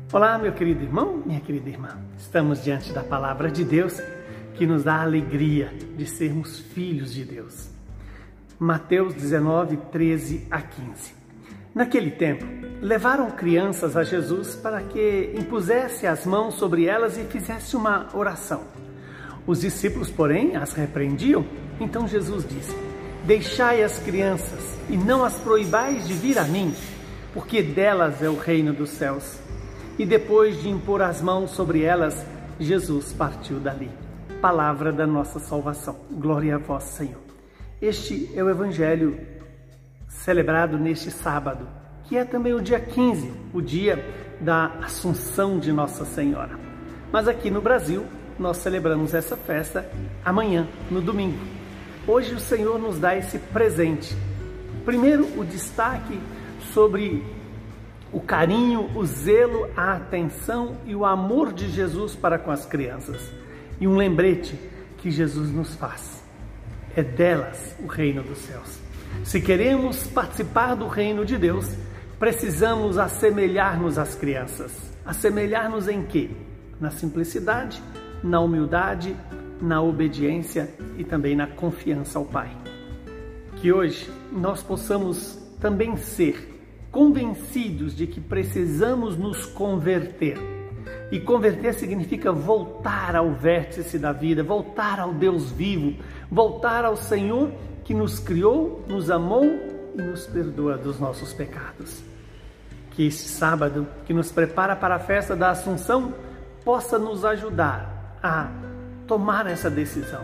Olá, meu querido irmão, minha querida irmã. Estamos diante da palavra de Deus que nos dá a alegria de sermos filhos de Deus. Mateus 19, 13 a 15. Naquele tempo, levaram crianças a Jesus para que impusesse as mãos sobre elas e fizesse uma oração. Os discípulos, porém, as repreendiam. Então Jesus disse: Deixai as crianças e não as proibais de vir a mim, porque delas é o reino dos céus. E depois de impor as mãos sobre elas, Jesus partiu dali. Palavra da nossa salvação. Glória a vós, Senhor. Este é o Evangelho celebrado neste sábado, que é também o dia 15, o dia da Assunção de Nossa Senhora. Mas aqui no Brasil, nós celebramos essa festa amanhã, no domingo. Hoje o Senhor nos dá esse presente. Primeiro, o destaque sobre o carinho, o zelo, a atenção e o amor de Jesus para com as crianças. E um lembrete que Jesus nos faz: é delas o reino dos céus. Se queremos participar do reino de Deus, precisamos assemelhar-nos às crianças. Assemelhar-nos em quê? Na simplicidade, na humildade, na obediência e também na confiança ao Pai. Que hoje nós possamos também ser convencidos de que precisamos nos converter. E converter significa voltar ao vértice da vida, voltar ao Deus vivo, voltar ao Senhor que nos criou, nos amou e nos perdoa dos nossos pecados. Que este sábado, que nos prepara para a festa da Assunção, possa nos ajudar a tomar essa decisão.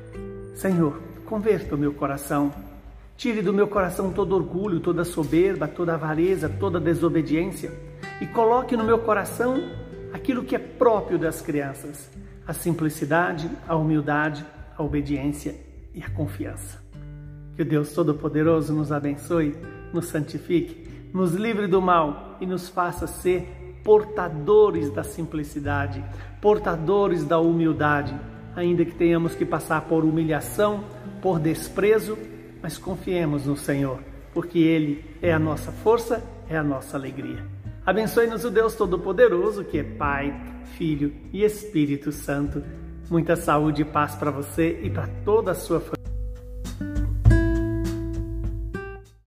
Senhor, converta o meu coração. Tire do meu coração todo orgulho, toda soberba, toda avareza, toda desobediência e coloque no meu coração aquilo que é próprio das crianças: a simplicidade, a humildade, a obediência e a confiança. Que o Deus Todo-Poderoso nos abençoe, nos santifique, nos livre do mal e nos faça ser portadores da simplicidade, portadores da humildade, ainda que tenhamos que passar por humilhação, por desprezo, mas confiemos no Senhor, porque Ele é a nossa força, é a nossa alegria. Abençoe-nos o Deus Todo-Poderoso, que é Pai, Filho e Espírito Santo. Muita saúde e paz para você e para toda a sua família.